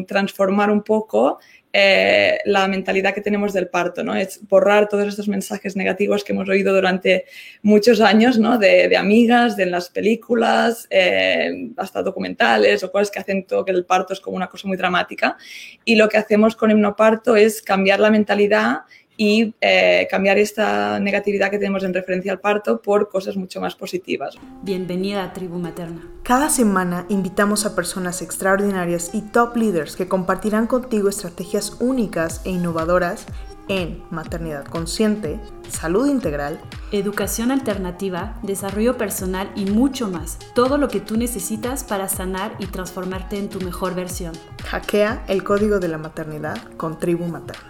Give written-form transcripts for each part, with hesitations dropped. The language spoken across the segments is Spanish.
transformar un poco la mentalidad que tenemos del parto, ¿no? Es borrar todos estos mensajes negativos que hemos oído durante muchos años, ¿no? De amigas, de las películas, hasta documentales o cosas que hacen todo que el parto es como una cosa muy dramática. Y lo que hacemos con Hipnoparto es cambiar la mentalidad y cambiar esta negatividad que tenemos en referencia al parto por cosas mucho más positivas. Bienvenida a Tribu Materna. Cada semana invitamos a personas extraordinarias y top leaders que compartirán contigo estrategias únicas e innovadoras en maternidad consciente, salud integral, educación alternativa, desarrollo personal y mucho más. Todo lo que tú necesitas para sanar y transformarte en tu mejor versión. Hackea el código de la maternidad con Tribu Materna.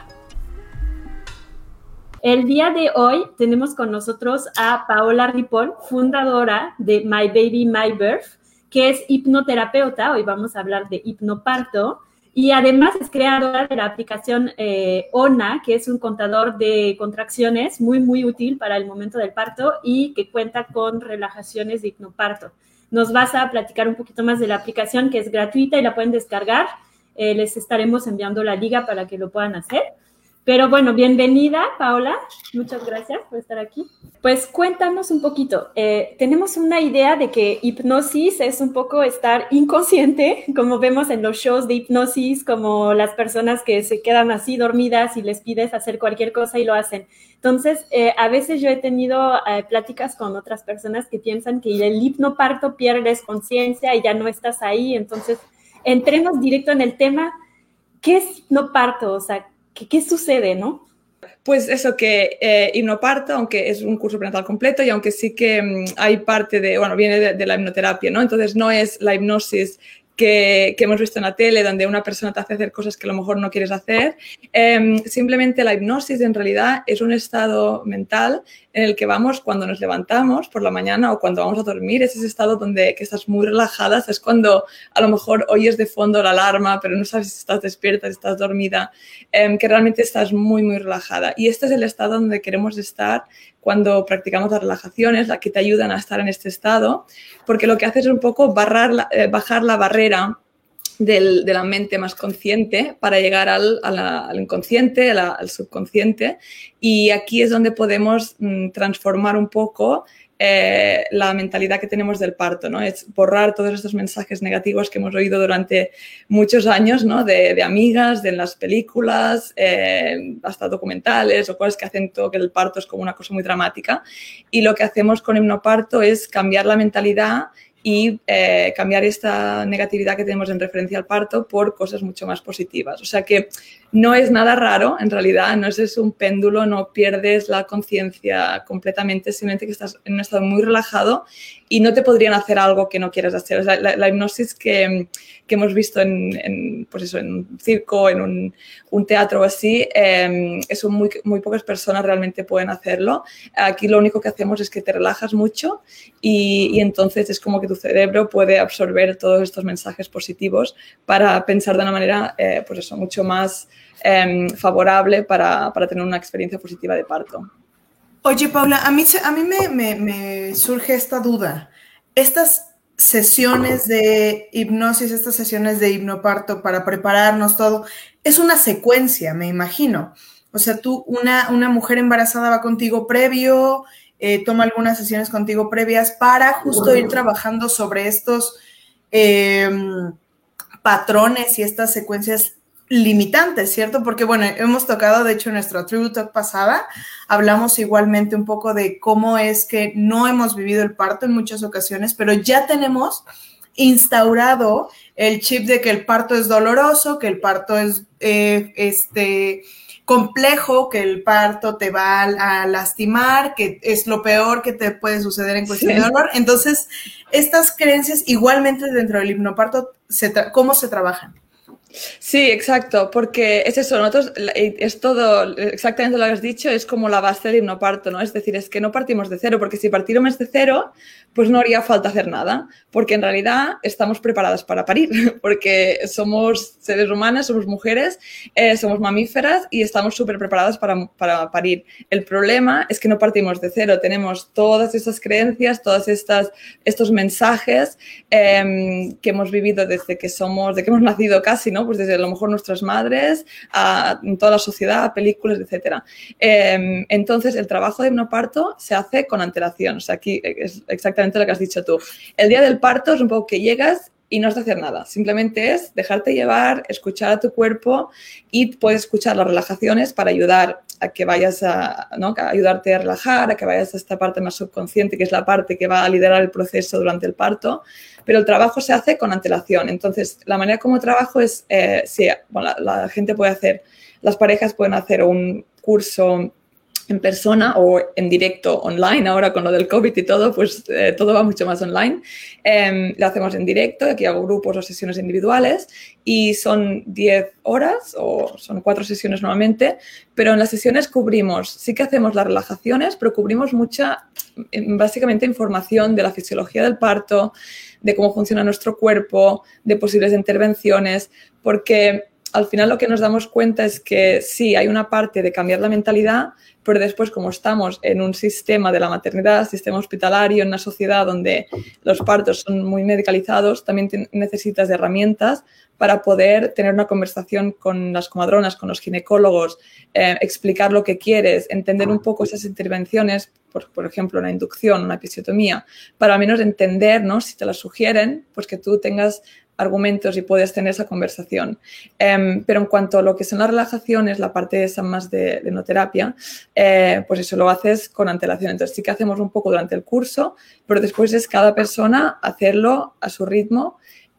El día de hoy tenemos con nosotros a Paola Ripoll, fundadora de My Baby, My Birth, que es hipnoterapeuta. Hoy vamos a hablar de hipnoparto. Y además es creadora de la aplicación ONA, que es un contador de contracciones muy, muy útil para el momento del parto y que cuenta con relajaciones de hipnoparto. Nos vas a platicar un poquito más de la aplicación, que es gratuita y la pueden descargar. Les estaremos enviando la liga para que lo puedan hacer. Pero bueno, bienvenida, Paola. Muchas gracias por estar aquí. Pues cuéntanos un poquito. Tenemos una idea de que hipnosis es un poco estar inconsciente, como vemos en los shows de hipnosis, como las personas que se quedan así dormidas y les pides hacer cualquier cosa y lo hacen. Entonces, a veces yo he tenido pláticas con otras personas que piensan que el hipnoparto pierdes conciencia y ya no estás ahí. Entonces, entremos directo en el tema. ¿Qué es hipnoparto? O sea, ¿qué sucede, no? Pues eso, que hipnoparto, aunque es un curso prenatal completo y aunque sí que hay parte de, bueno, viene de la hipnoterapia, ¿no? Entonces no es la hipnosis que hemos visto en la tele, donde una persona te hace hacer cosas que a lo mejor no quieres hacer. Simplemente la hipnosis en realidad es un estado mental en el que vamos cuando nos levantamos por la mañana o cuando vamos a dormir. Es ese estado que estás muy relajada. Es cuando a lo mejor oyes de fondo la alarma, pero no sabes si estás despierta, si estás dormida, que realmente estás muy, muy relajada. Y este es el estado donde queremos estar cuando practicamos las relajaciones, las que te ayudan a estar en este estado, porque lo que hace es un poco bajar la barrera de la mente más consciente para llegar al inconsciente, al subconsciente, y aquí es donde podemos transformar un poco la mentalidad que tenemos del parto, ¿no? Es borrar todos estos mensajes negativos que hemos oído durante muchos años, ¿no? De amigas, de las películas, hasta documentales o cosas que hacen todo que el parto es como una cosa muy dramática. Y lo que hacemos con Hipnoparto es cambiar la mentalidad y cambiar esta negatividad que tenemos en referencia al parto por cosas mucho más positivas. O sea que no es nada raro, en realidad, no es un péndulo, no pierdes la conciencia completamente, simplemente que estás en un estado muy relajado y no te podrían hacer algo que no quieras hacer. O sea, la hipnosis que hemos visto pues eso, en un circo, en un teatro o así, eso muy pocas personas realmente pueden hacerlo. Aquí lo único que hacemos es que te relajas mucho y entonces es como que tu cerebro puede absorber todos estos mensajes positivos para pensar de una manera, pues eso, mucho más favorable para tener una experiencia positiva de parto. Oye, Paula, a mí me surge esta duda. Estas sesiones de hipnosis, estas sesiones de hipnoparto para prepararnos todo, es una secuencia, me imagino. O sea, una mujer embarazada va contigo previo, toma algunas sesiones contigo previas para justo ir trabajando sobre estos patrones y estas secuencias limitantes, ¿cierto? Porque, bueno, hemos tocado, de hecho, en nuestra Tribu Talk pasada, hablamos igualmente un poco de cómo es que no hemos vivido el parto en muchas ocasiones, pero ya tenemos instaurado el chip de que el parto es doloroso, que el parto es complejo, que el parto te va a lastimar, que es lo peor que te puede suceder en cuestión de dolor. Entonces, estas creencias igualmente dentro del hipnoparto, ¿cómo se trabajan? Sí, exacto, porque es eso, nosotros, es todo, exactamente lo que has dicho, es como la base del hipnoparto, ¿no? Es decir, es que no partimos de cero, porque si partiéramos de cero, pues no haría falta hacer nada, porque en realidad estamos preparadas para parir, porque somos seres humanos, somos mujeres, somos mamíferas y estamos súper preparadas para parir. El problema es que no partimos de cero, tenemos todas estas creencias, todos estos mensajes que hemos vivido desde que hemos nacido casi, ¿no? ¿no? Pues desde a lo mejor nuestras madres a toda la sociedad, películas, etcétera. Entonces, el trabajo de hipnoparto se hace con antelación. O sea, aquí es exactamente lo que has dicho tú. El día del parto es un poco que llegas y no has de hacer nada. Simplemente es dejarte llevar, escuchar a tu cuerpo y puedes escuchar las relajaciones para ayudar a que vayas ¿no? A ayudarte a relajar, a que vayas a esta parte más subconsciente, que es la parte que va a liderar el proceso durante el parto. Pero el trabajo se hace con antelación. Entonces, la manera como trabajo es, sí, bueno, la gente puede hacer, las parejas pueden hacer un curso en persona o en directo online. Ahora con lo del COVID y todo, pues todo va mucho más online. Lo hacemos en directo, aquí hago grupos o sesiones individuales y son 10 horas o son 4 sesiones normalmente, pero en las sesiones cubrimos, sí que hacemos las relajaciones, pero cubrimos mucha, básicamente, información de la fisiología del parto, de cómo funciona nuestro cuerpo, de posibles intervenciones, porque al final lo que nos damos cuenta es que sí, hay una parte de cambiar la mentalidad, pero después, como estamos en un sistema de la maternidad, sistema hospitalario, en una sociedad donde los partos son muy medicalizados, también necesitas de herramientas para poder tener una conversación con las comadronas, con los ginecólogos, explicar lo que quieres, entender un poco esas intervenciones, por ejemplo, una inducción, una episiotomía, para al menos entender, ¿no? Si te las sugieren, pues que tú tengas argumentos y puedes tener esa conversación. Pero en cuanto a lo que son las relajaciones, la parte esa más de hipnoterapia, pues eso lo haces con antelación. Entonces sí que hacemos un poco durante el curso, pero después es cada persona hacerlo a su ritmo,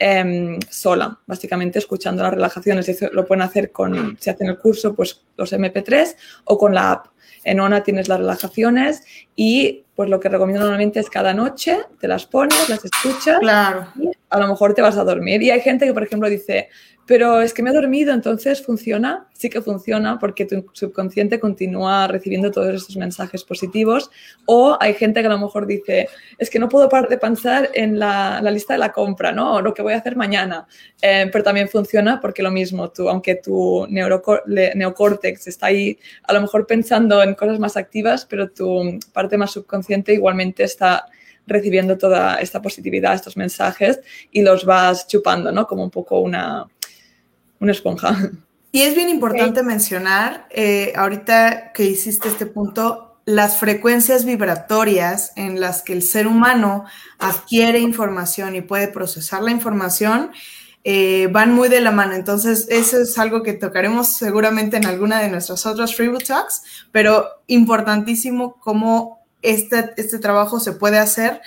sola, básicamente escuchando las relajaciones. Eso lo pueden hacer si hacen el curso, pues los MP3 o con la app. En ONA tienes las relajaciones y pues lo que recomiendo normalmente es cada noche te las pones, las escuchas, claro, y a lo mejor te vas a dormir. Y hay gente que, por ejemplo, dice, pero es que me he dormido, entonces ¿funciona? Sí que funciona porque tu subconsciente continúa recibiendo todos estos mensajes positivos. O hay gente que a lo mejor dice, es que no puedo parar de pensar en la lista de la compra, ¿no? O lo que voy a hacer mañana. Pero también funciona porque lo mismo, aunque tu neocórtex está ahí a lo mejor pensando en cosas más activas, pero tu parte más subconsciente igualmente está recibiendo toda esta positividad, estos mensajes, y los vas chupando, ¿no? Como un poco una esponja. Y es bien importante mencionar, ahorita que hiciste este punto, las frecuencias vibratorias en las que el ser humano adquiere información y puede procesar la información, van muy de la mano. Entonces, eso es algo que tocaremos seguramente en alguna de nuestras otras Freeboot Talks, pero importantísimo cómo este trabajo se puede hacer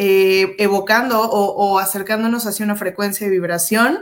evocando o acercándonos hacia una frecuencia de vibración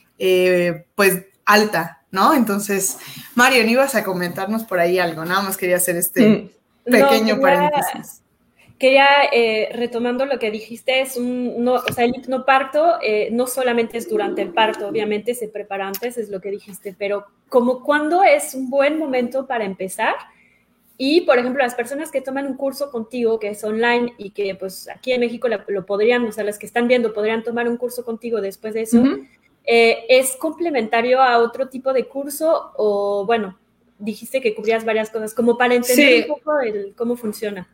pues alta, ¿no? Entonces, Marion, ibas a comentarnos por ahí algo, nada más quería hacer este pequeño paréntesis. Quería, retomando lo que dijiste, o sea, el hipnoparto no solamente es durante el parto, obviamente se prepara antes, es lo que dijiste, pero como cuándo es un buen momento para empezar. Y, por ejemplo, las personas que toman un curso contigo, que es online y que, pues, aquí en México lo podrían, o sea, las que están viendo podrían tomar un curso contigo después de eso, ¿es complementario a otro tipo de curso o, bueno, dijiste que cubrías varias cosas, como para entender un poco cómo funciona?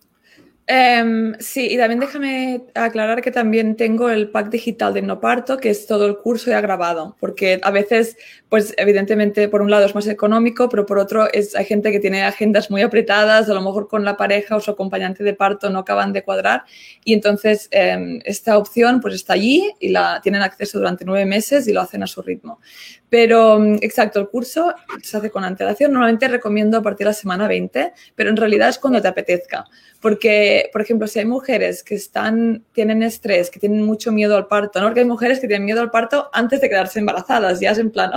Sí, y también déjame aclarar que también tengo el pack digital de hipnoparto, que es todo el curso ya grabado, porque a veces, pues evidentemente, por un lado es más económico, pero por otro hay gente que tiene agendas muy apretadas, a lo mejor con la pareja o su acompañante de parto no acaban de cuadrar, y entonces esta opción pues está allí y tienen acceso durante 9 meses y lo hacen a su ritmo. Pero, exacto, el curso se hace con antelación. Normalmente recomiendo a partir de la semana 20, pero en realidad es cuando te apetezca. Porque, por ejemplo, si hay mujeres que tienen estrés, que tienen mucho miedo al parto, ¿no? Porque hay mujeres que tienen miedo al parto antes de quedarse embarazadas, ya es en plan,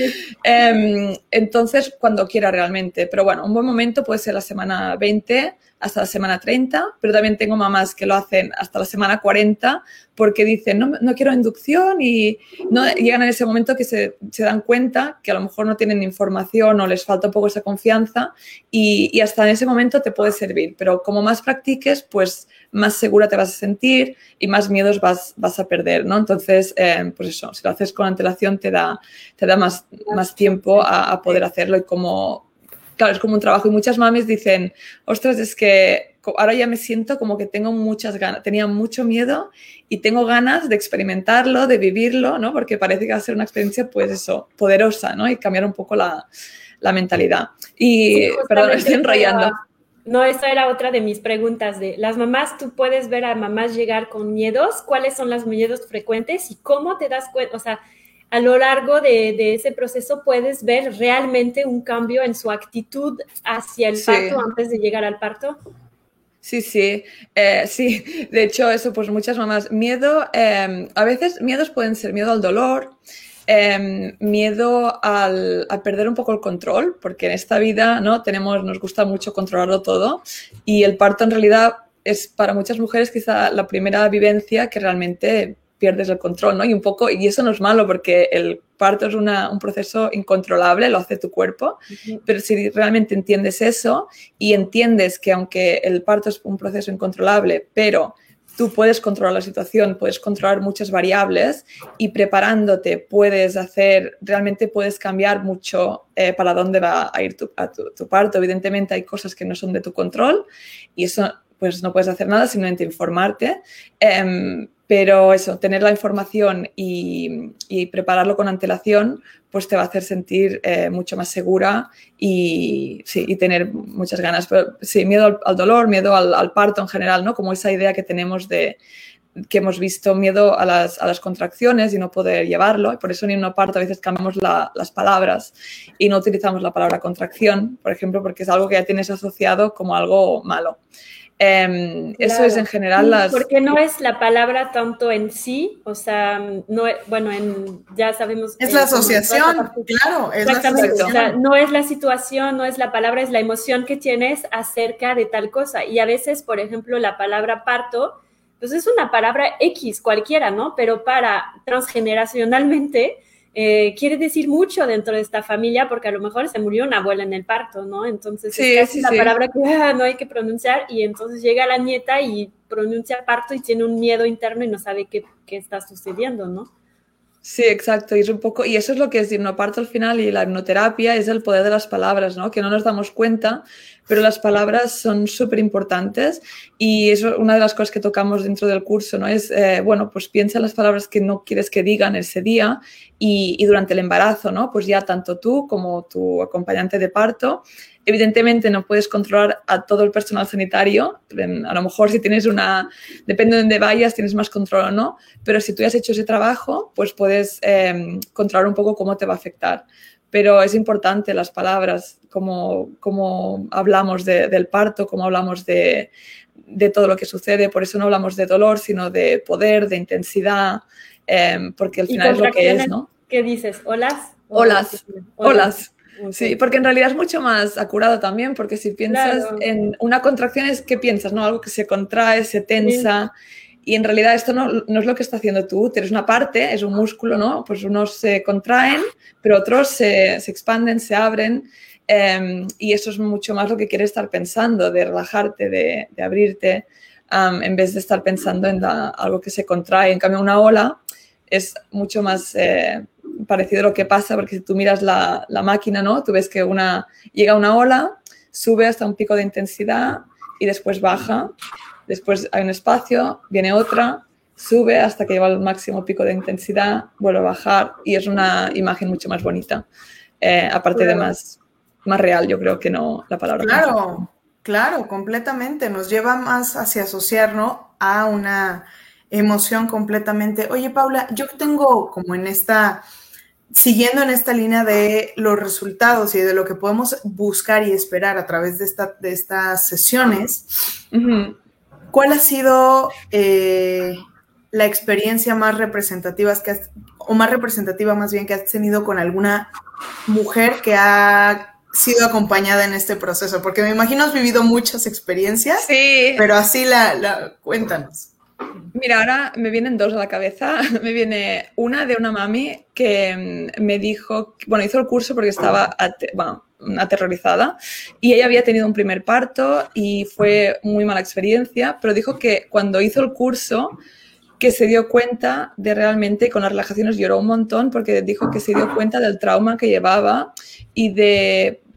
entonces, cuando quiera realmente. Pero bueno, un buen momento puede ser la semana 20 hasta la semana 30, pero también tengo mamás que lo hacen hasta la semana 40 porque dicen, no quiero inducción, y no llegan en ese momento que se dan cuenta que a lo mejor no tienen información o les falta un poco esa confianza, y hasta en ese momento te puede servir. Pero como más practiques, pues más segura te vas a sentir y más miedos vas a perder, ¿no? Entonces, pues eso, si lo haces con antelación te da más tiempo a poder hacerlo, y claro, es como un trabajo. Y muchas mamis dicen, ostras, es que ahora ya me siento como que tengo muchas ganas, tenía mucho miedo y tengo ganas de experimentarlo, de vivirlo, ¿no? Porque parece que va a ser una experiencia, pues eso, poderosa, ¿no? Y cambiar un poco la mentalidad. Y, sí, perdón, estoy enrollando. No, esa era otra de mis preguntas de las mamás, tú puedes ver a mamás llegar con miedos, ¿cuáles son los miedos frecuentes y cómo te das cuenta? O sea, a lo largo de ese proceso puedes ver realmente un cambio en su actitud hacia el parto antes de llegar al parto. Sí, sí, sí. De hecho, eso, pues muchas mamás, miedo, a veces miedos pueden ser miedo al dolor, miedo a perder un poco el control, porque en esta vida, ¿no? Nos gusta mucho controlarlo todo y el parto en realidad es para muchas mujeres quizá la primera vivencia que realmente pierdes el control, ¿no? Y eso no es malo porque el parto es un proceso incontrolable, lo hace tu cuerpo, pero si realmente entiendes eso y entiendes que aunque el parto es un proceso incontrolable, pero tú puedes controlar la situación, puedes controlar muchas variables y preparándote realmente puedes cambiar mucho para dónde va a ir tu parto. Evidentemente hay cosas que no son de tu control y eso pues no puedes hacer nada, simplemente informarte. Pero eso, tener la información y prepararlo con antelación, pues te va a hacer sentir mucho más segura y tener muchas ganas. Pero sí, miedo al dolor, miedo al parto en general, ¿no? Como esa idea que tenemos que hemos visto, miedo a las contracciones y no poder llevarlo. Y por eso en un parto a veces cambiamos las palabras y no utilizamos la palabra contracción, por ejemplo, porque es algo que ya tienes asociado como algo malo. Eso es en general porque no es la palabra tanto en sí, o sea, no, bueno, ya sabemos. Es la asociación, claro, es la asociación. O sea, no es la situación, no es la palabra, es la emoción que tienes acerca de tal cosa. Y a veces, por ejemplo, la palabra parto, pues es una palabra X cualquiera, ¿no? Pero transgeneracionalmente quiere decir mucho dentro de esta familia porque a lo mejor se murió una abuela en el parto, ¿no? Entonces es casi la palabra que no hay que pronunciar y entonces llega la nieta y pronuncia parto y tiene un miedo interno y no sabe qué está sucediendo, ¿no? Sí, exacto. Y eso es lo que es hipnoparto al final y la hipnoterapia es el poder de las palabras, ¿no? Que no nos damos cuenta, pero las palabras son súper importantes y eso es una de las cosas que tocamos dentro del curso, ¿no? Es, pues piensa en las palabras que no quieres que digan ese día y durante el embarazo, ¿no? Pues ya tanto tú como tu acompañante de parto. Evidentemente no puedes controlar a todo el personal sanitario, a lo mejor si tienes depende de dónde vayas, tienes más control o no, pero si tú ya has hecho ese trabajo, pues puedes controlar un poco cómo te va a afectar. Pero es importante las palabras, cómo hablamos del parto, cómo hablamos de todo lo que sucede, por eso no hablamos de dolor, sino de poder, de intensidad, porque al final es lo que es, ¿no? ¿Qué dices? ¿Olas? Olas. Sí, porque en realidad es mucho más acurado también, porque si piensas en una contracción es que piensas, ¿no? Algo que se contrae, se tensa, y en realidad esto no es lo que está haciendo tu útero, es una parte, es un músculo, ¿no? Pues unos se contraen, pero otros se expanden, se abren, y eso es mucho más lo que quieres estar pensando, de relajarte, de abrirte, en vez de estar pensando en algo que se contrae. En cambio, una ola es mucho más parecido a lo que pasa, porque si tú miras la máquina, ¿no? Tú ves que llega una ola, sube hasta un pico de intensidad y después baja, después hay un espacio, viene otra, sube hasta que lleva al máximo pico de intensidad, vuelve a bajar y es una imagen mucho más bonita, aparte de más real, yo creo que no la palabra. Claro, completamente, nos lleva más hacia asociar, ¿no? A una emoción completamente. Oye, Paula, yo tengo como siguiendo en esta línea de los resultados y de lo que podemos buscar y esperar a través de estas sesiones, ¿cuál ha sido la experiencia más representativa más bien que has tenido con alguna mujer que ha sido acompañada en este proceso? Porque me imagino has vivido muchas experiencias, pero así cuéntanos. Mira, ahora me vienen dos a la cabeza. Me viene una de una mami que me dijo, hizo el curso porque estaba aterrorizada y ella había tenido un primer parto y fue muy mala experiencia, pero dijo que cuando hizo el curso que se dio cuenta de realmente, con las relajaciones lloró un montón porque dijo que se dio cuenta del trauma que llevaba y de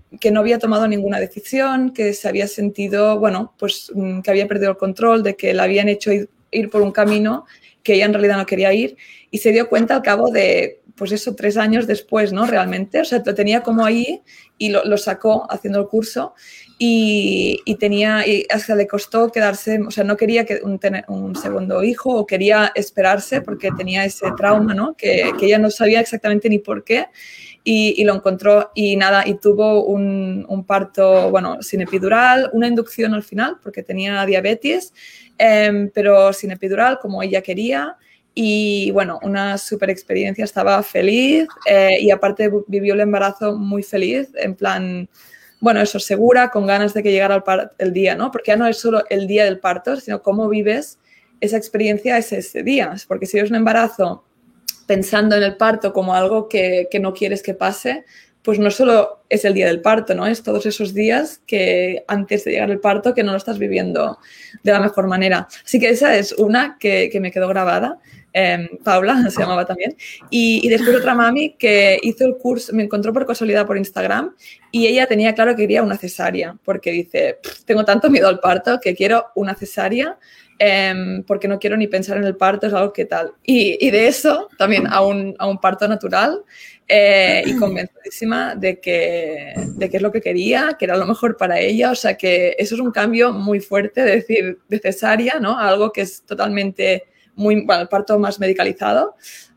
que no había tomado ninguna decisión, que se había sentido, bueno, pues que había perdido el control, de que la habían hecho ir por un camino que ella en realidad no quería ir, y se dio cuenta al cabo de, pues eso, 3 años después, ¿no? Realmente, o sea, lo tenía como ahí y lo sacó haciendo el curso y hasta le costó quedarse, o sea, no quería tener un segundo hijo o quería esperarse porque tenía ese trauma, ¿no? Que ella no sabía exactamente ni por qué. Y lo encontró y nada, y tuvo un parto, bueno, sin epidural, una inducción al final porque tenía diabetes, pero sin epidural como ella quería. Y bueno, una súper experiencia, estaba feliz y aparte vivió el embarazo muy feliz, en plan, bueno, eso, segura, con ganas de que llegara el día, ¿no? Porque ya no es solo el día del parto, sino cómo vives esa experiencia ese día. Porque si es un embarazo pensando en el parto como algo que no quieres que pase, pues no solo es el día del parto, ¿no? Es todos esos días que antes de llegar al parto que no lo estás viviendo de la mejor manera. Así que esa es una que me quedó grabada. Paula se llamaba también. Y después otra mami que hizo el curso, me encontró por casualidad por Instagram y ella tenía claro que quería una cesárea porque dice, tengo tanto miedo al parto que quiero una cesárea. Porque no quiero ni pensar en el parto, es algo que tal. Y de eso también a un parto natural y convencidísima de que es lo que quería, que era lo mejor para ella. O sea que eso es un cambio muy fuerte, de decir, de cesárea, ¿no? Algo que es totalmente el parto más medicalizado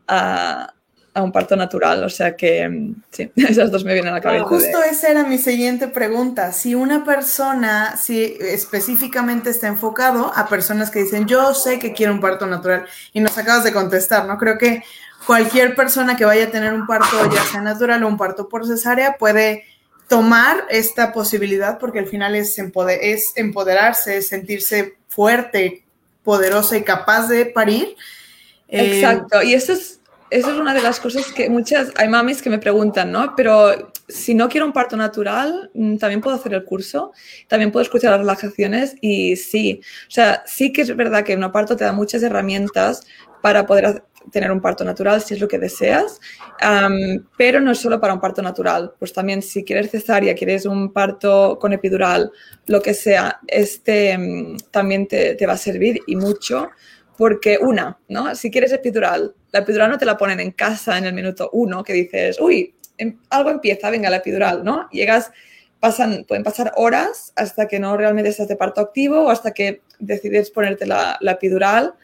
a un parto natural, o sea que sí, esas dos me vienen a la cabeza. Justo esa era mi siguiente pregunta. Si una persona, si específicamente está enfocado a personas que dicen, yo sé que quiero un parto natural, y nos acabas de contestar, ¿no? Creo que cualquier persona que vaya a tener un parto, ya sea natural o un parto por cesárea, puede tomar esta posibilidad porque al final es empoderarse, es sentirse fuerte, poderosa y capaz de parir. Exacto, y eso es una de las cosas que hay mamis que me preguntan, ¿no? Pero si no quiero un parto natural, también puedo hacer el curso, también puedo escuchar las relajaciones y sí, o sea, sí que es verdad que un parto te da muchas herramientas para poder tener un parto natural si es lo que deseas, pero no es solo para un parto natural, pues también si quieres cesárea, quieres un parto con epidural, lo que sea, también te va a servir y mucho. Porque ¿no? Si quieres epidural, la epidural no te la ponen en casa en el minuto 1 que dices, uy, algo empieza, venga, la epidural, ¿no? Pueden pasar horas hasta que no realmente estás de parto activo o hasta que decides ponerte la epidural.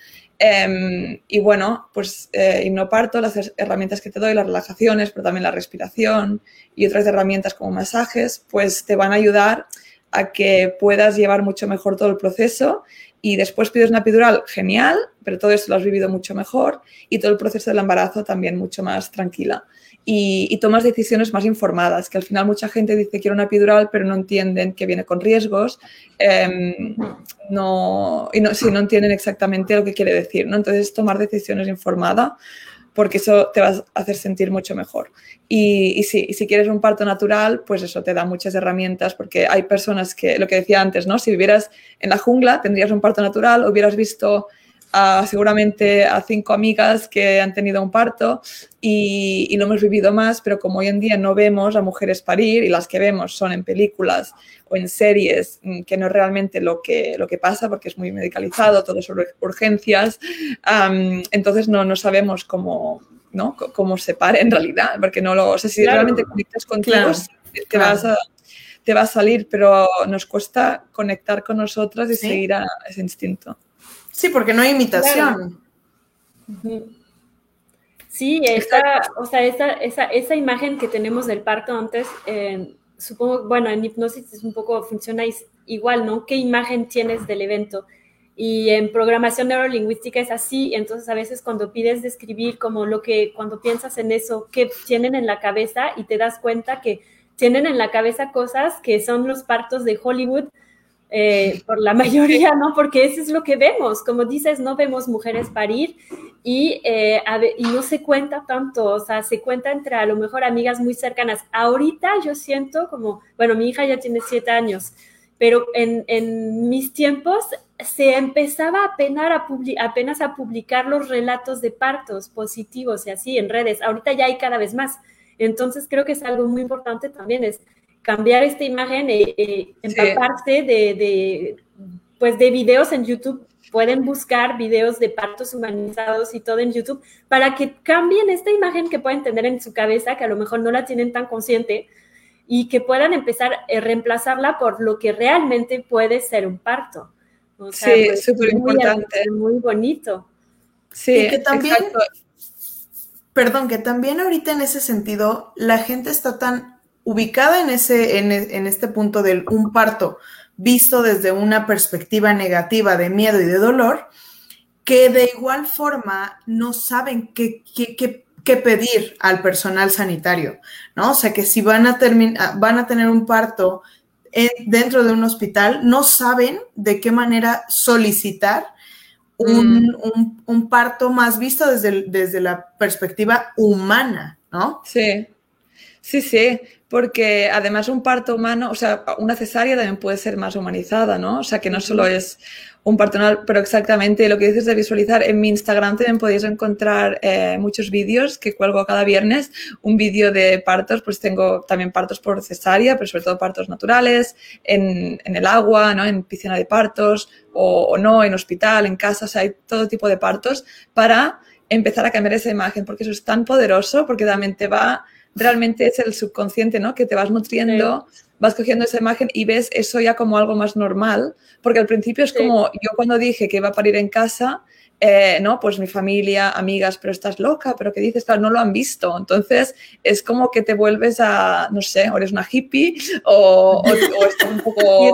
Y bueno, pues hipnoparto, las herramientas que te doy, las relajaciones, pero también la respiración y otras herramientas como masajes, pues te van a ayudar a que puedas llevar mucho mejor todo el proceso. Y después pides una epidural, genial, pero todo eso lo has vivido mucho mejor y todo el proceso del embarazo también mucho más tranquila. Y tomas decisiones más informadas, que al final mucha gente dice quiero una epidural, pero no entienden que viene con riesgos, no entienden exactamente lo que quiere decir, ¿no? Entonces, tomar decisiones informadas, porque eso te va a hacer sentir mucho mejor. Y si quieres un parto natural, pues eso te da muchas herramientas, porque hay personas que, lo que decía antes, ¿no? Si vivieras en la jungla, tendrías un parto natural, hubieras visto seguramente a 5 amigas que han tenido un parto y lo hemos vivido más, pero como hoy en día no vemos a mujeres parir y las que vemos son en películas o en series, que no es realmente lo que pasa porque es muy medicalizado, todo sobre urgencias, entonces no sabemos cómo se para en realidad, porque no sé si realmente conectas contigo, te va a salir, pero nos cuesta conectar con nosotras y seguir a ese instinto. Sí, porque no hay imitación. Claro. Sí, esa imagen que tenemos del parto antes, supongo, bueno, en hipnosis es un poco, funciona igual, ¿no? ¿Qué imagen tienes del evento? Y en programación neurolingüística es así, entonces a veces cuando pides describir como cuando piensas en eso, qué tienen en la cabeza y te das cuenta que tienen en la cabeza cosas que son los partos de Hollywood, por la mayoría, ¿no? Porque eso es lo que vemos. Como dices, no vemos mujeres parir y no se cuenta tanto, o sea, se cuenta entre a lo mejor amigas muy cercanas. Ahorita yo siento como, bueno, mi hija ya tiene 7 años, pero en mis tiempos se empezaba apenas a publicar los relatos de partos positivos y así en redes. Ahorita ya hay cada vez más. Entonces creo que es algo muy importante también, es cambiar esta imagen e empaparse pues de videos en YouTube. Pueden buscar videos de partos humanizados y todo en YouTube para que cambien esta imagen que pueden tener en su cabeza, que a lo mejor no la tienen tan consciente, y que puedan empezar a reemplazarla por lo que realmente puede ser un parto. O sea, sí, pues, súper importante. Muy bonito. Sí, y que también, perdón, que también ahorita en ese sentido, la gente está tan ubicada en este punto del un parto visto desde una perspectiva negativa de miedo y de dolor, que de igual forma no saben qué pedir al personal sanitario, ¿no? O sea, que si van a tener un parto dentro de un hospital, no saben de qué manera solicitar un parto más visto desde la perspectiva humana, ¿no? Sí, sí, sí, porque además un parto humano, o sea, una cesárea también puede ser más humanizada, ¿no? O sea, que no solo es un parto normal, pero exactamente lo que dices de visualizar. En mi Instagram también podéis encontrar muchos vídeos que cuelgo cada viernes, un vídeo de partos, pues tengo también partos por cesárea, pero sobre todo partos naturales, en el agua, ¿no? En piscina de partos o no, en hospital, en casa, o sea, hay todo tipo de partos para empezar a cambiar esa imagen, porque eso es tan poderoso, porque realmente es el subconsciente, ¿no? Que te vas nutriendo, vas cogiendo esa imagen y ves eso ya como algo más normal, porque al principio es como, yo cuando dije que iba a parir en casa, no, pues mi familia, amigas, pero estás loca, pero ¿qué dices? Claro, no lo han visto, entonces es como que te vuelves a, no sé, o eres una hippie o estás un poco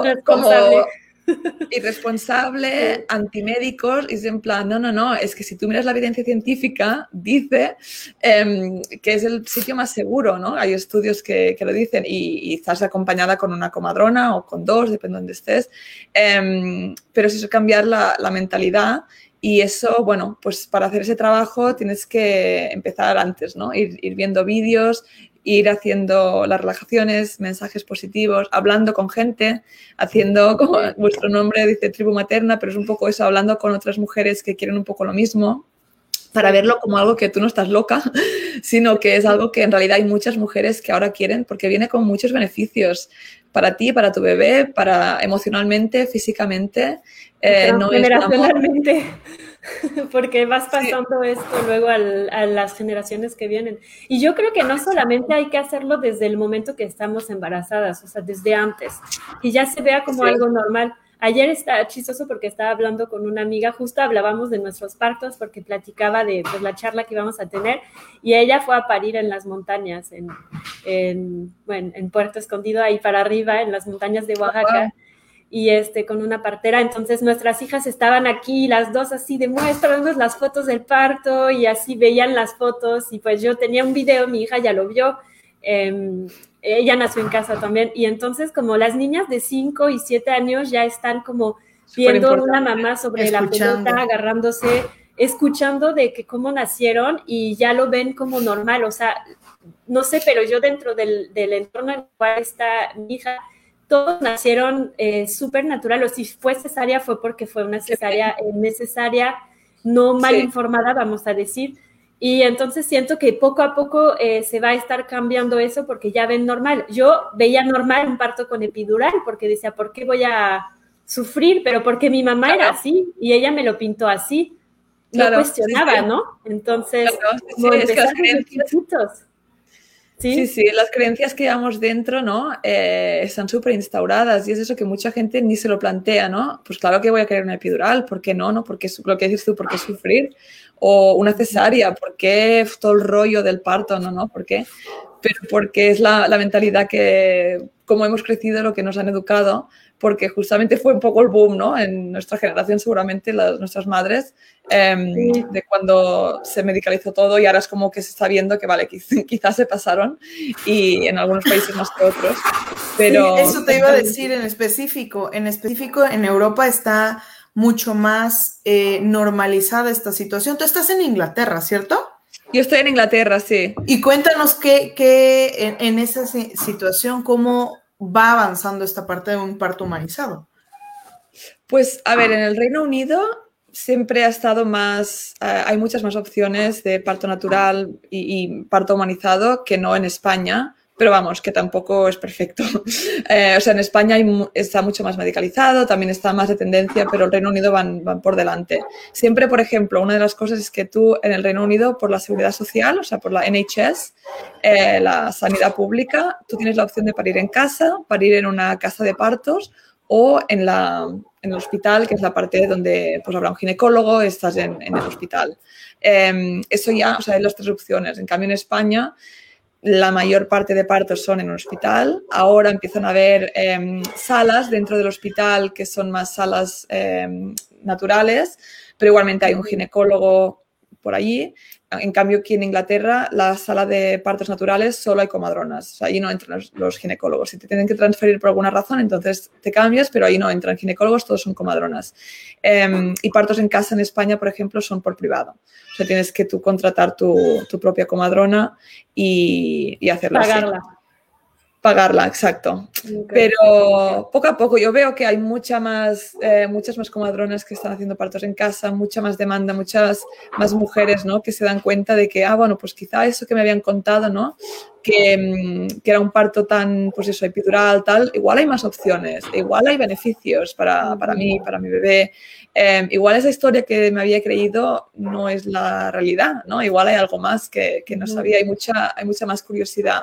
irresponsable, antimédicos, y es en plan, no, es que si tú miras la evidencia científica, dice que es el sitio más seguro, ¿no? Hay estudios que lo dicen y estás acompañada con una comadrona o con dos, depende de donde estés, pero es eso, cambiar la mentalidad. Y eso, bueno, pues para hacer ese trabajo tienes que empezar antes, ¿no? Ir viendo vídeos, ir haciendo las relajaciones, mensajes positivos, hablando con gente, haciendo, como vuestro nombre dice, tribu materna, pero es un poco eso, hablando con otras mujeres que quieren un poco lo mismo, para verlo como algo que tú no estás loca, sino que es algo que en realidad hay muchas mujeres que ahora quieren, porque viene con muchos beneficios para ti, para tu bebé, para emocionalmente, físicamente. Generacionalmente, porque vas pasando esto luego a las generaciones que vienen. Y yo creo que no solamente hay que hacerlo desde el momento que estamos embarazadas, o sea, desde antes, y ya se vea como algo normal. Ayer está chistoso porque estaba hablando con una amiga, justo hablábamos de nuestros partos porque platicaba de pues, la charla que íbamos a tener, y ella fue a parir en las montañas, en Puerto Escondido, ahí para arriba, en las montañas de Oaxaca. Wow. Y con una partera, entonces nuestras hijas estaban aquí, las dos así de muéstranos las fotos del parto, y así veían las fotos, y pues yo tenía un video, mi hija ya lo vio, ella nació en casa también, y entonces como las niñas de 5 y 7 años ya están como viendo a una mamá sobre la pelota, agarrándose, escuchando de que cómo nacieron, y ya lo ven como normal, o sea, no sé, pero yo dentro del entorno en el cual está mi hija, todos nacieron súper natural, o si fue cesárea fue porque fue una cesárea necesaria, no mal informada, vamos a decir, y entonces siento que poco a poco se va a estar cambiando eso porque ya ven normal. Yo veía normal un parto con epidural porque decía, ¿por qué voy a sufrir? Pero porque mi mamá era así y ella me lo pintó así, no cuestionaba, ¿no? Entonces, como empezar desde chiquitos. Sí, las creencias que llevamos dentro, ¿no? Están súper instauradas, y es eso que mucha gente ni se lo plantea, ¿no? Pues claro que voy a querer una epidural, ¿por qué no? ¿No? Porque lo que dices tú, ¿por qué sufrir? O una cesárea, ¿por qué todo el rollo del parto? No, ¿por qué? Pero porque es la mentalidad que, como hemos crecido, lo que nos han educado, porque justamente fue un poco el boom, ¿no? En nuestra generación, seguramente, nuestras madres, de cuando se medicalizó todo, y ahora es como que se está viendo que, vale, quizás se pasaron, y en algunos países más que otros. Pero eso te iba a decir en específico. En Europa está mucho más normalizada esta situación. Tú estás en Inglaterra, ¿cierto? Yo estoy en Inglaterra, sí. Y cuéntanos qué en esa situación, cómo va avanzando esta parte de un parto humanizado. Pues, a ver, en el Reino Unido siempre ha estado más, hay muchas más opciones de parto natural y parto humanizado que no en España, pero vamos, que tampoco es perfecto. O sea, en España está mucho más medicalizado, también está más de tendencia, pero el Reino Unido van por delante. Siempre, por ejemplo, una de las cosas es que tú en el Reino Unido, por la seguridad social, o sea, por la NHS, la sanidad pública, tú tienes la opción de parir en casa, parir en una casa de partos o en el hospital, que es la parte donde pues, habrá un ginecólogo, estás en el hospital. Eso ya, o sea, hay las 3 opciones. En cambio, en España, la mayor parte de partos son en un hospital. Ahora empiezan a haber salas dentro del hospital que son más salas naturales, pero igualmente hay un ginecólogo por allí. En cambio, aquí en Inglaterra, la sala de partos naturales solo hay comadronas. O sea, allí no entran los ginecólogos. Si te tienen que transferir por alguna razón, entonces te cambias, pero ahí no entran ginecólogos, todos son comadronas. Y partos en casa en España, por ejemplo, son por privado. O sea, tienes que tú contratar tu propia comadrona y hacerlo pagarla. así. Pagarla, exacto. Okay. Pero poco a poco yo veo que hay muchas más comadronas que están haciendo partos en casa, mucha más demanda, muchas más mujeres, ¿no? Que se dan cuenta de que, bueno, pues quizá eso que me habían contado, ¿no? Que era un parto tan, pues eso, epidural, tal, igual hay más opciones, igual hay beneficios para mí, para mi bebé. Igual esa historia que me había creído no es la realidad, ¿no? Igual hay algo más que no sabía, hay mucha más curiosidad.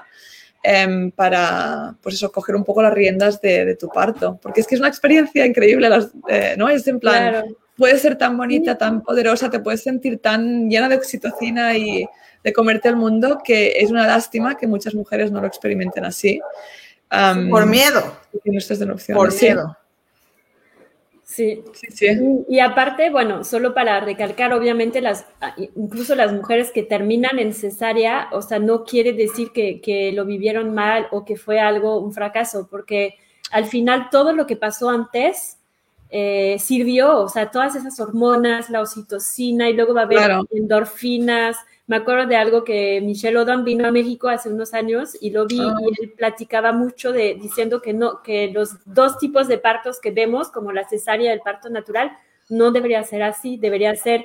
Para, pues eso, coger un poco las riendas de tu parto. Porque es que es una experiencia increíble, ¿no? Es en plan, claro. Puede ser tan bonita, tan poderosa, te puedes sentir tan llena de oxitocina y de comerte el mundo que es una lástima que muchas mujeres no lo experimenten así. Por miedo. Que no estés de opción. Por miedo. Sí. Y aparte, bueno, solo para recalcar, obviamente, incluso las mujeres que terminan en cesárea, o sea, no quiere decir que lo vivieron mal o que fue un fracaso, porque al final todo lo que pasó antes sirvió, o sea, todas esas hormonas, la oxitocina, y luego va a haber endorfinas. Me acuerdo de algo que Michelle Odom vino a México hace unos años y lo vi y él platicaba mucho diciendo que los 2 tipos de partos que vemos, como la cesárea y el parto natural, no debería ser así, debería ser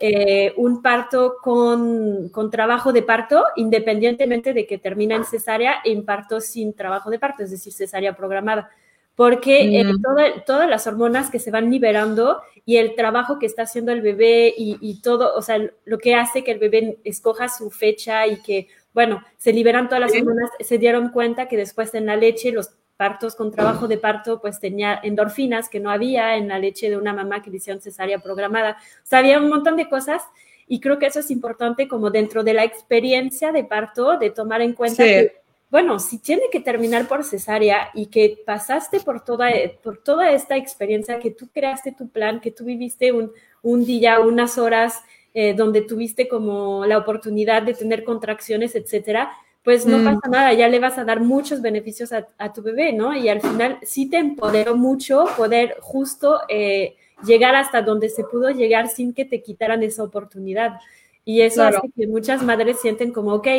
un parto con trabajo de parto, independientemente de que termina en cesárea, en parto sin trabajo de parto, es decir, cesárea programada. Porque todas las hormonas que se van liberando y el trabajo que está haciendo el bebé y todo, o sea, lo que hace que el bebé escoja su fecha y que, bueno, se liberan todas las hormonas, se dieron cuenta que después en la leche, los partos con trabajo de parto, pues tenía endorfinas que no había en la leche de una mamá que le hicieron cesárea programada. O sea, había un montón de cosas y creo que eso es importante como dentro de la experiencia de parto, de tomar en cuenta que bueno, si tiene que terminar por cesárea y que pasaste por toda esta experiencia, que tú creaste tu plan, que tú viviste un día, unas horas donde tuviste como la oportunidad de tener contracciones, etcétera, pues no pasa nada, ya le vas a dar muchos beneficios a tu bebé, ¿no? Y al final sí te empoderó mucho poder justo llegar hasta donde se pudo llegar sin que te quitaran esa oportunidad. Y eso hace que muchas madres sienten como, ok,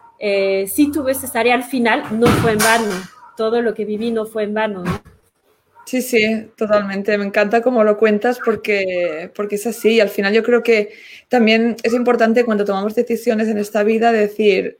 sí tuve cesárea al final, no fue en vano, todo lo que viví no fue en vano, ¿no? Sí, totalmente, me encanta cómo lo cuentas porque es así y al final yo creo que también es importante cuando tomamos decisiones en esta vida decir,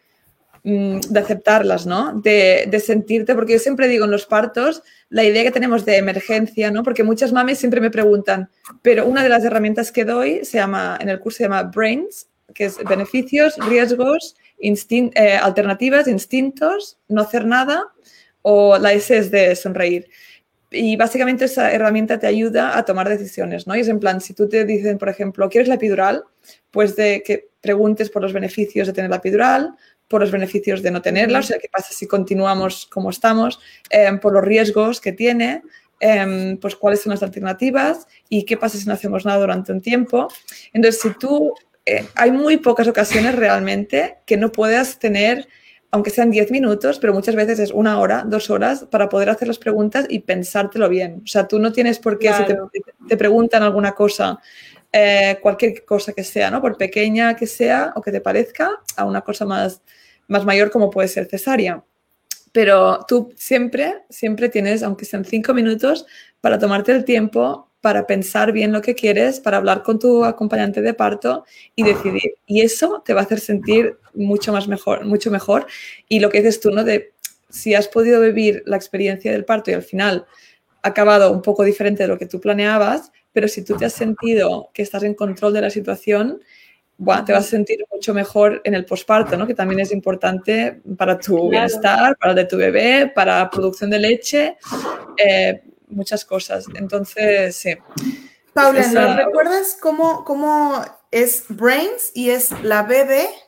de aceptarlas, ¿no? De sentirte, porque yo siempre digo en los partos, la idea que tenemos de emergencia, ¿no? Porque muchas mamis siempre me preguntan, pero una de las herramientas que doy en el curso se llama Brains, que es beneficios, riesgos, alternativas, instintos, no hacer nada, o la S es de sonreír. Y básicamente esa herramienta te ayuda a tomar decisiones, ¿no? Y es en plan, si tú te dicen, por ejemplo, ¿quieres la epidural? Pues de que preguntes por los beneficios de tener la epidural, por los beneficios de no tenerla, o sea, qué pasa si continuamos como estamos, por los riesgos que tiene, pues cuáles son las alternativas y qué pasa si no hacemos nada durante un tiempo. Entonces, si tú... hay muy pocas ocasiones realmente que no puedas tener, aunque sean 10 minutos, pero muchas veces es 1 hora, 2 horas para poder hacer las preguntas y pensártelo bien. O sea, tú no tienes por qué, si te preguntan alguna cosa, cualquier cosa que sea, ¿no? Por pequeña que sea o que te parezca, a una cosa más mayor como puede ser cesárea. Pero tú siempre tienes, aunque sean 5 minutos, para tomarte el tiempo, para pensar bien lo que quieres, para hablar con tu acompañante de parto y decidir. Y eso te va a hacer sentir mucho mejor. Y lo que dices tú, ¿no? De si has podido vivir la experiencia del parto y al final ha acabado un poco diferente de lo que tú planeabas, pero si tú te has sentido que estás en control de la situación, te vas a sentir mucho mejor en el posparto, ¿no? Que también es importante para tu bienestar, para el de tu bebé, para la producción de leche, muchas cosas. Entonces, sí. Paula, ¿nos recuerdas cómo es Brains y es la B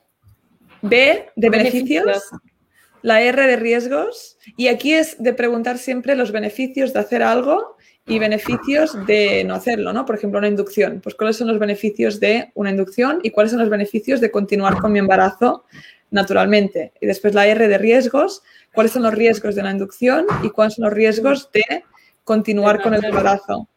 de beneficios, la R de riesgos, y aquí es de preguntar siempre los beneficios de hacer algo y beneficios de no hacerlo, ¿no? Por ejemplo, una inducción. Pues cuáles son los beneficios de una inducción y cuáles son los beneficios de continuar con mi embarazo naturalmente. Y después la R de riesgos, cuáles son los riesgos de una inducción y cuáles son los riesgos de continuar con el embarazo.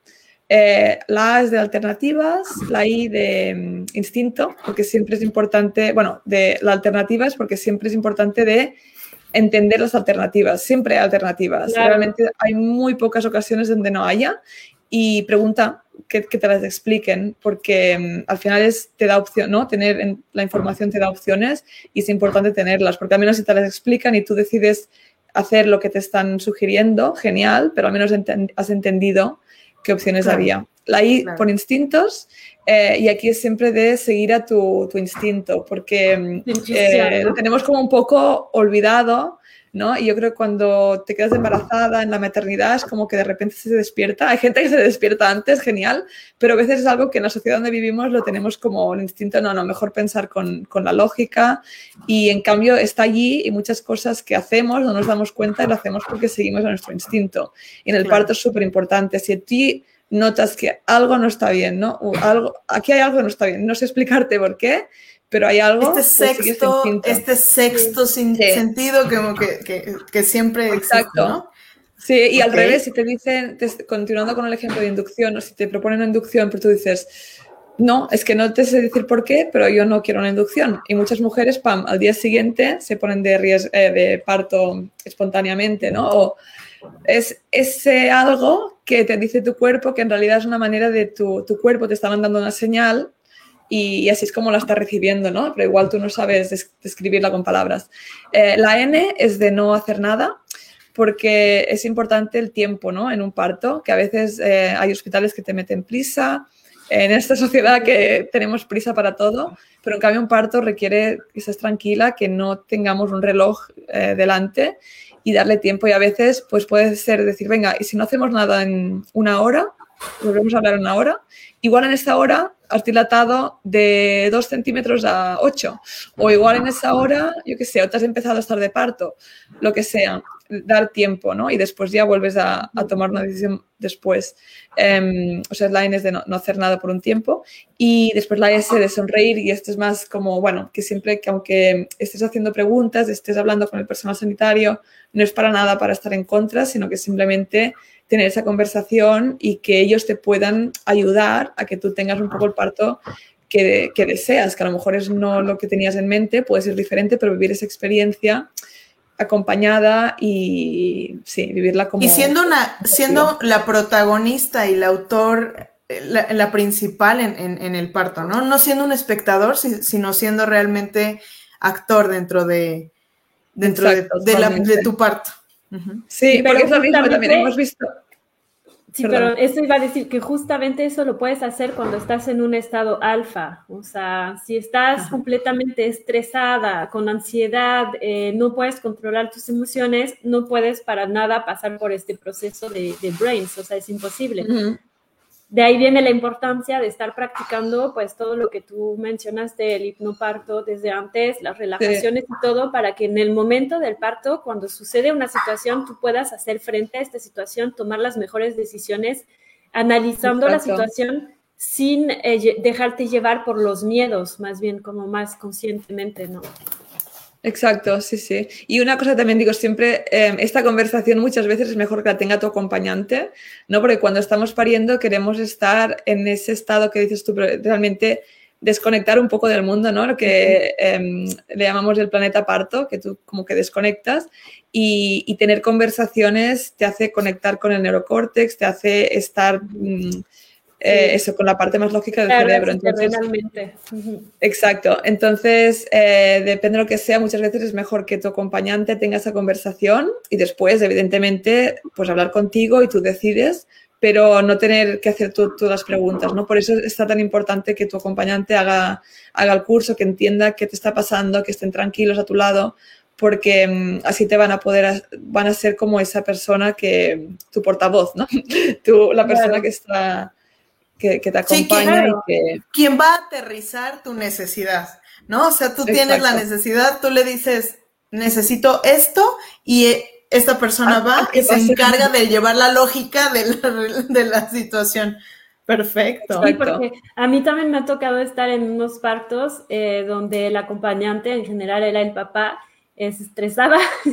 La A es de alternativas, la I de instinto, porque siempre es importante, de la alternativa es porque siempre es importante de entender las alternativas, siempre hay alternativas. Claro. Realmente hay muy pocas ocasiones donde no haya y pregunta que te las expliquen porque al final te da opción, ¿no? Tener la información te da opciones y es importante tenerlas porque al menos si te las explican y tú decides hacer lo que te están sugiriendo, genial, pero al menos has entendido qué opciones había. La I por instintos y aquí es siempre de seguir a tu instinto porque lo tenemos como un poco olvidado, ¿no? Y yo creo que cuando te quedas embarazada en la maternidad es como que de repente se despierta. Hay gente que se despierta antes, genial, pero a veces es algo que en la sociedad donde vivimos lo tenemos como el instinto, no, mejor pensar con la lógica y en cambio está allí y muchas cosas que hacemos no nos damos cuenta y lo hacemos porque seguimos a nuestro instinto. Y en el parto es súper importante. Si a ti notas que algo no está bien, ¿no? Aquí hay algo que no está bien. No sé explicarte por qué, pero hay algo. Este sexto sentido que siempre existe, exacto. ¿No? Sí, y al revés, si te dicen, continuando con el ejemplo de inducción, o si te proponen una inducción, pero tú dices, no, es que no te sé decir por qué, pero yo no quiero una inducción. Y muchas mujeres, al día siguiente se ponen de parto espontáneamente, ¿no? O es ese algo que te dice tu cuerpo que en realidad es una manera de tu cuerpo te está mandando una señal y así es como la está recibiendo, ¿no? Pero igual tú no sabes describirla con palabras. La N es de no hacer nada porque es importante el tiempo, ¿no? En un parto, que a veces hay hospitales que te meten prisa, en esta sociedad que tenemos prisa para todo, pero en cambio un parto requiere que estés tranquila, que no tengamos un reloj delante y darle tiempo y a veces pues puede ser decir, venga, y si no hacemos nada en una hora, volvemos a hablar en una hora, igual en esta hora has dilatado de 2 centímetros a 8 o igual en esa hora, yo qué sé, o te has empezado a estar de parto, lo que sea, dar tiempo, ¿no? Y después ya vuelves a tomar una decisión después. O sea, la N es de no hacer nada por un tiempo y después la S de sonreír y esto es más como, que siempre que aunque estés haciendo preguntas, estés hablando con el personal sanitario, no es para nada para estar en contra, sino que simplemente tener esa conversación y que ellos te puedan ayudar a que tú tengas un poco el parto que deseas, que a lo mejor es no lo que tenías en mente, puede ser diferente, pero vivir esa experiencia acompañada y sí, vivirla como... Y siendo la protagonista y el autor, la principal en el parto, ¿no? No siendo un espectador, sino siendo realmente actor dentro de tu parto. Uh-huh. Sí, porque es lo mismo que también hemos visto. Sí, perdón. Pero eso iba a decir que justamente eso lo puedes hacer cuando estás en un estado alfa. O sea, si estás completamente estresada, con ansiedad, no puedes controlar tus emociones, no puedes para nada pasar por este proceso de Brains. O sea, es imposible. Uh-huh. De ahí viene la importancia de estar practicando pues todo lo que tú mencionaste, el hipnoparto desde antes, las relajaciones y todo, para que en el momento del parto, cuando sucede una situación, tú puedas hacer frente a esta situación, tomar las mejores decisiones, analizando la situación sin dejarte llevar por los miedos, más bien como más conscientemente, ¿no? Exacto, sí, sí. Y una cosa también digo, siempre esta conversación muchas veces es mejor que la tenga tu acompañante, ¿no? Porque cuando estamos pariendo queremos estar en ese estado que dices tú, pero realmente desconectar un poco del mundo, ¿no? Lo que le llamamos el planeta parto, que tú como que desconectas y tener conversaciones te hace conectar con el neurocórtex, te hace estar... eso, con la parte más lógica del cerebro. Entonces, exacto. Entonces, depende de lo que sea, muchas veces es mejor que tu acompañante tenga esa conversación y después, evidentemente, pues hablar contigo y tú decides, pero no tener que hacer tú las preguntas, ¿no? Por eso está tan importante que tu acompañante haga el curso, que entienda qué te está pasando, que estén tranquilos a tu lado, porque así te van a ser como esa persona tu portavoz, ¿no? La persona que te acompaña y que... Quien va a aterrizar tu necesidad, ¿no? O sea, tú tienes la necesidad, tú le dices, necesito esto, y esta persona va y se encarga de llevar la lógica de la situación. Perfecto. Sí, porque a mí también me ha tocado estar en unos partos donde el acompañante, en general era el papá, se estresaba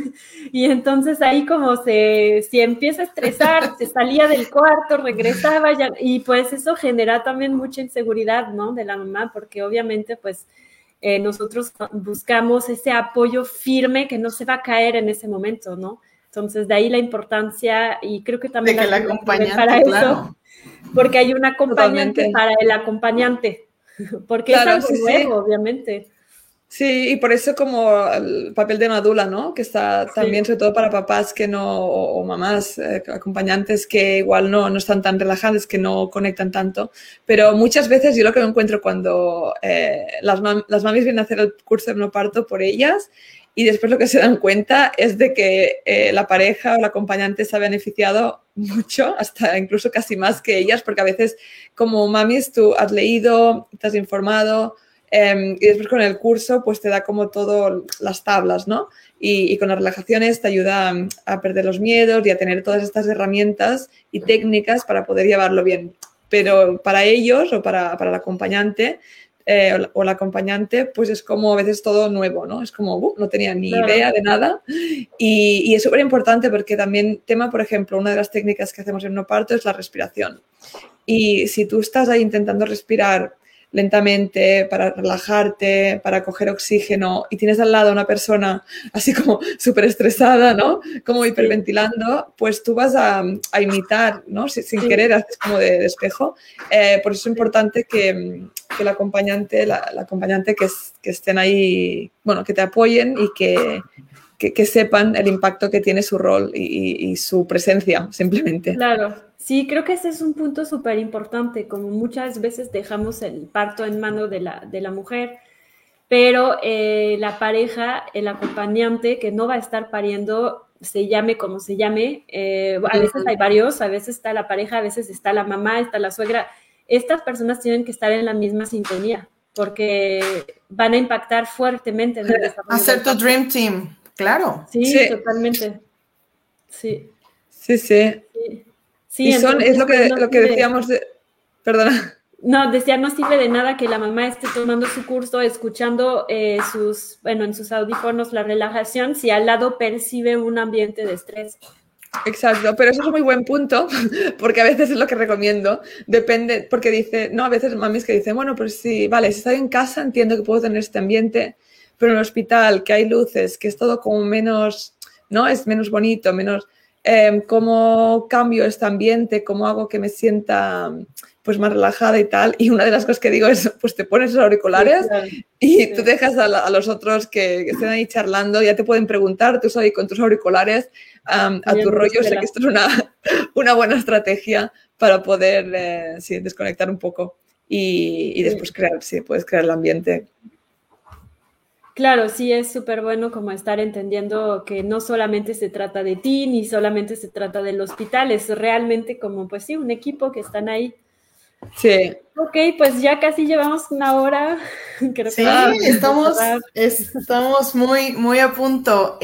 y entonces ahí como si empieza a estresar, se salía del cuarto, regresaba y pues eso genera también mucha inseguridad, ¿no? De la mamá, porque obviamente pues nosotros buscamos ese apoyo firme que no se va a caer en ese momento, ¿no? Entonces de ahí la importancia y creo que también de que la acompañante, para claro. eso, porque hay un acompañante para el acompañante, porque es algo nuevo, obviamente. Sí, y por eso como el papel de una dula, ¿no? Que está también sobre todo para papás que no, o mamás, acompañantes que igual no están tan relajadas, que no conectan tanto. Pero muchas veces yo lo que me encuentro cuando las mamis vienen a hacer el curso de hipnoparto por ellas y después lo que se dan cuenta es de que la pareja o la acompañante se ha beneficiado mucho, hasta incluso casi más que ellas, porque a veces como mamis tú has leído, te has informado, y después con el curso pues te da como todo las tablas, ¿no? Y con las relajaciones te ayuda a perder los miedos y a tener todas estas herramientas y técnicas para poder llevarlo bien. Pero para ellos o para el acompañante o la acompañante pues es como a veces todo nuevo, ¿no? Es como, no tenía ni idea de nada y es súper importante porque también por ejemplo, una de las técnicas que hacemos en hipnoparto es la respiración. Y si tú estás ahí intentando respirar lentamente, para relajarte, para coger oxígeno y tienes al lado a una persona así como súper estresada, ¿no? Como hiperventilando, pues tú vas a imitar, ¿no? Sin querer, haces como de espejo. Por eso es importante que el acompañante, la acompañante que estén ahí, bueno, que te apoyen y que sepan el impacto que tiene su rol y su presencia, simplemente. Claro. Sí, creo que ese es un punto súper importante, como muchas veces dejamos el parto en manos de la mujer, pero la pareja, el acompañante que no va a estar pariendo, se llame como se llame, a veces hay varios, a veces está la pareja, a veces está la mamá, está la suegra, estas personas tienen que estar en la misma sintonía, porque van a impactar fuertemente en el desarrollo. Hacer tu dream team, claro. Sí, totalmente. Sí. Sí, y entonces, es lo que decíamos perdona. No, decía, no sirve de nada que la mamá esté tomando su curso, escuchando en sus audífonos la relajación, si al lado percibe un ambiente de estrés. Exacto, pero eso es un muy buen punto, porque a veces es lo que recomiendo, depende, porque dice, no, a veces mamis que dicen, bueno, pues sí, vale, si estoy en casa entiendo que puedo tener este ambiente, pero en el hospital, que hay luces, que es todo como menos, ¿no? Es menos bonito, menos... cómo cambio este ambiente, cómo hago que me sienta pues más relajada y tal. Y una de las cosas que digo es, pues te pones los auriculares y tú dejas a los otros que estén ahí charlando, ya te pueden preguntar, tú ahí con tus auriculares a tu rollo. Sé que esto es una buena estrategia para poder desconectar un poco y después puedes crear el ambiente. Claro, sí, es súper bueno como estar entendiendo que no solamente se trata de ti, ni solamente se trata del hospital, es realmente como, pues sí, un equipo que están ahí. Sí. Ok, pues ya casi llevamos una hora. Creo sí, estamos muy, muy a punto.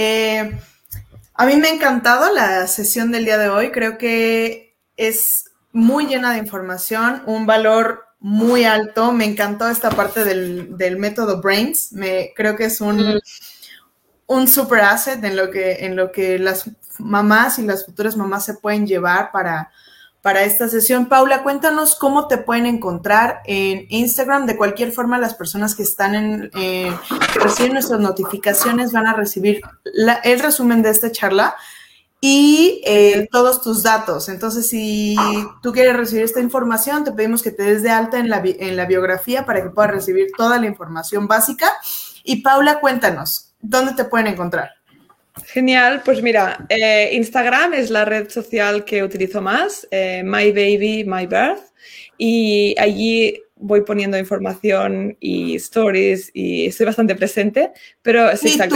A mí me ha encantado la sesión del día de hoy, creo que es muy llena de información, un valor muy alto. Me encantó esta parte del método Brains. Creo que es un super asset en lo que las mamás y las futuras mamás se pueden llevar para esta sesión. Paula, cuéntanos cómo te pueden encontrar en Instagram. De cualquier forma, las personas que están que reciben nuestras notificaciones van a recibir el resumen de esta charla. y todos tus datos. Entonces, si tú quieres recibir esta información, te pedimos que te des de alta en la biografía para que puedas recibir toda la información básica. Y Paula, cuéntanos, ¿dónde te pueden encontrar? Genial, pues mira, Instagram es la red social que utilizo más, My Baby, My Birth, y allí voy poniendo información y stories y estoy bastante presente, pero sí, exacto.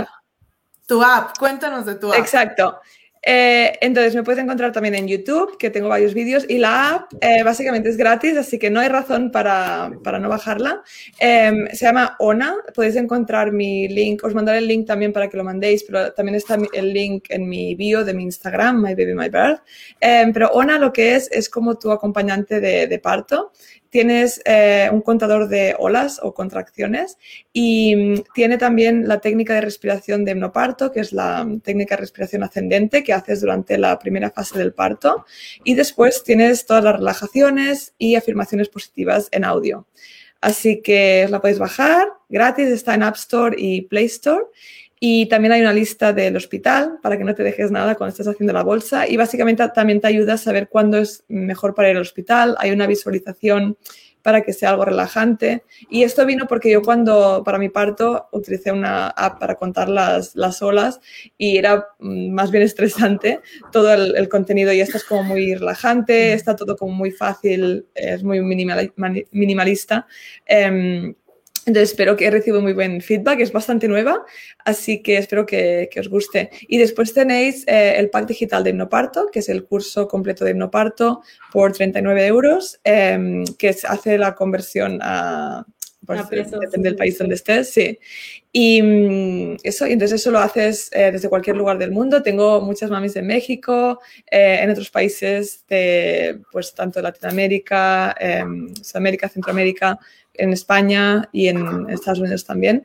Tu app, cuéntanos de tu app. Exacto. Entonces me puedes encontrar también en YouTube, que tengo varios vídeos, y la app básicamente es gratis, así que no hay razón para no bajarla. Se llama Ona, podéis encontrar mi link, os mandaré el link también para que lo mandéis, pero también está el link en mi bio de mi Instagram, My Baby, My Birth. Pero Ona lo que es como tu acompañante de parto. Tienes un contador de olas o contracciones y tiene también la técnica de respiración de hipnoparto, que es la técnica de respiración ascendente que haces durante la primera fase del parto. Y después tienes todas las relajaciones y afirmaciones positivas en audio. Así que la podéis bajar gratis, está en App Store y Play Store. Y también hay una lista del hospital para que no te dejes nada cuando estás haciendo la bolsa y básicamente también te ayuda a saber cuándo es mejor para ir al hospital. Hay una visualización para que sea algo relajante. Y esto vino porque yo para mi parto utilicé una app para contar las olas y era más bien estresante todo el contenido y esto es como muy relajante, está todo como muy fácil, es muy minimalista. Entonces, espero que reciba muy buen feedback, es bastante nueva, así que espero que os guste. Y después tenéis el pack digital de hipnoparto, que es el curso completo de hipnoparto por 39 euros, que hace la conversión a... Pues, depende del país donde estés, sí. Y entonces eso lo haces desde cualquier lugar del mundo. Tengo muchas mamis de México, en otros países de, pues, tanto Latinoamérica, Sudamérica, Centroamérica, en España y en Estados Unidos también.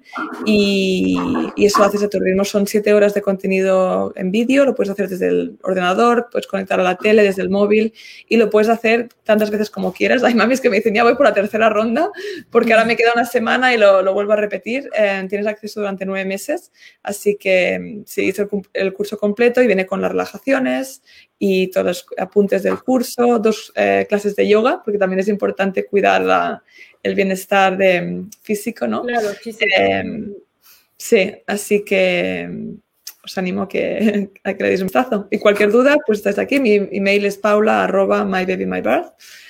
Y eso lo haces a tu ritmo. Son 7 horas de contenido en vídeo, lo puedes hacer desde el ordenador, puedes conectar a la tele, desde el móvil y lo puedes hacer tantas veces como quieras. Hay mamis que me dicen, ya voy por la tercera ronda porque ahora me queda una semana y lo vuelvo a repetir. Tienes acceso durante 9 meses, así que sí, hice el curso completo y viene con las relajaciones y todos los apuntes del curso, 2 clases de yoga, porque también es importante cuidar el bienestar físico, ¿no? Claro, físico. Sí, así que os animo a que le deis un vistazo. Y cualquier duda, pues estáis aquí. Mi email es paula@mybabymybirth.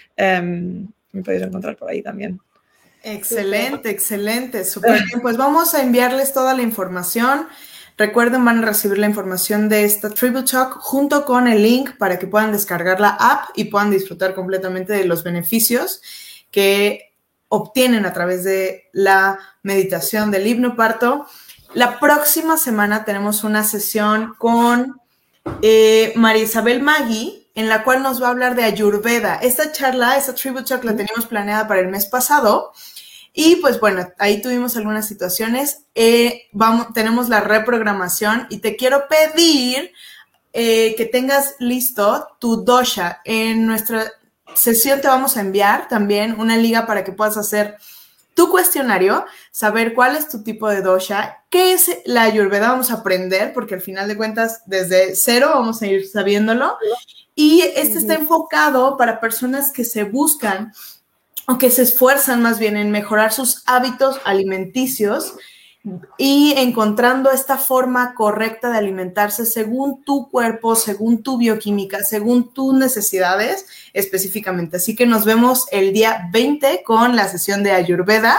Me podéis encontrar por ahí también. Excelente, excelente, súper bien. Pues vamos a enviarles toda la información. Recuerden, van a recibir la información de esta Tribute Talk junto con el link para que puedan descargar la app y puedan disfrutar completamente de los beneficios que obtienen a través de la meditación del hipnoparto. La próxima semana tenemos una sesión con María Isabel Magui, en la cual nos va a hablar de Ayurveda. Esta Tribute Talk la teníamos planeada para el mes pasado y pues bueno, ahí tuvimos algunas situaciones. Tenemos la reprogramación y te quiero pedir que tengas listo tu dosha. En nuestra sesión te vamos a enviar también una liga para que puedas hacer tu cuestionario, saber cuál es tu tipo de dosha, qué es la Ayurveda, vamos a aprender, porque al final de cuentas desde cero vamos a ir sabiéndolo, y está enfocado para personas que se buscan o que se esfuerzan más bien en mejorar sus hábitos alimenticios y encontrando esta forma correcta de alimentarse según tu cuerpo, según tu bioquímica, según tus necesidades específicamente. Así que nos vemos el día 20 con la sesión de Ayurveda.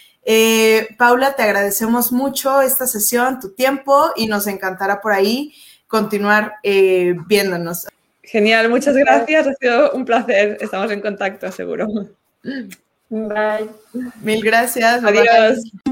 Paula, te agradecemos mucho esta sesión, tu tiempo, y nos encantará por ahí continuar viéndonos. Genial, muchas gracias. Ha sido un placer. Estamos en contacto, seguro. Bye. Mil gracias. Adiós. Bye.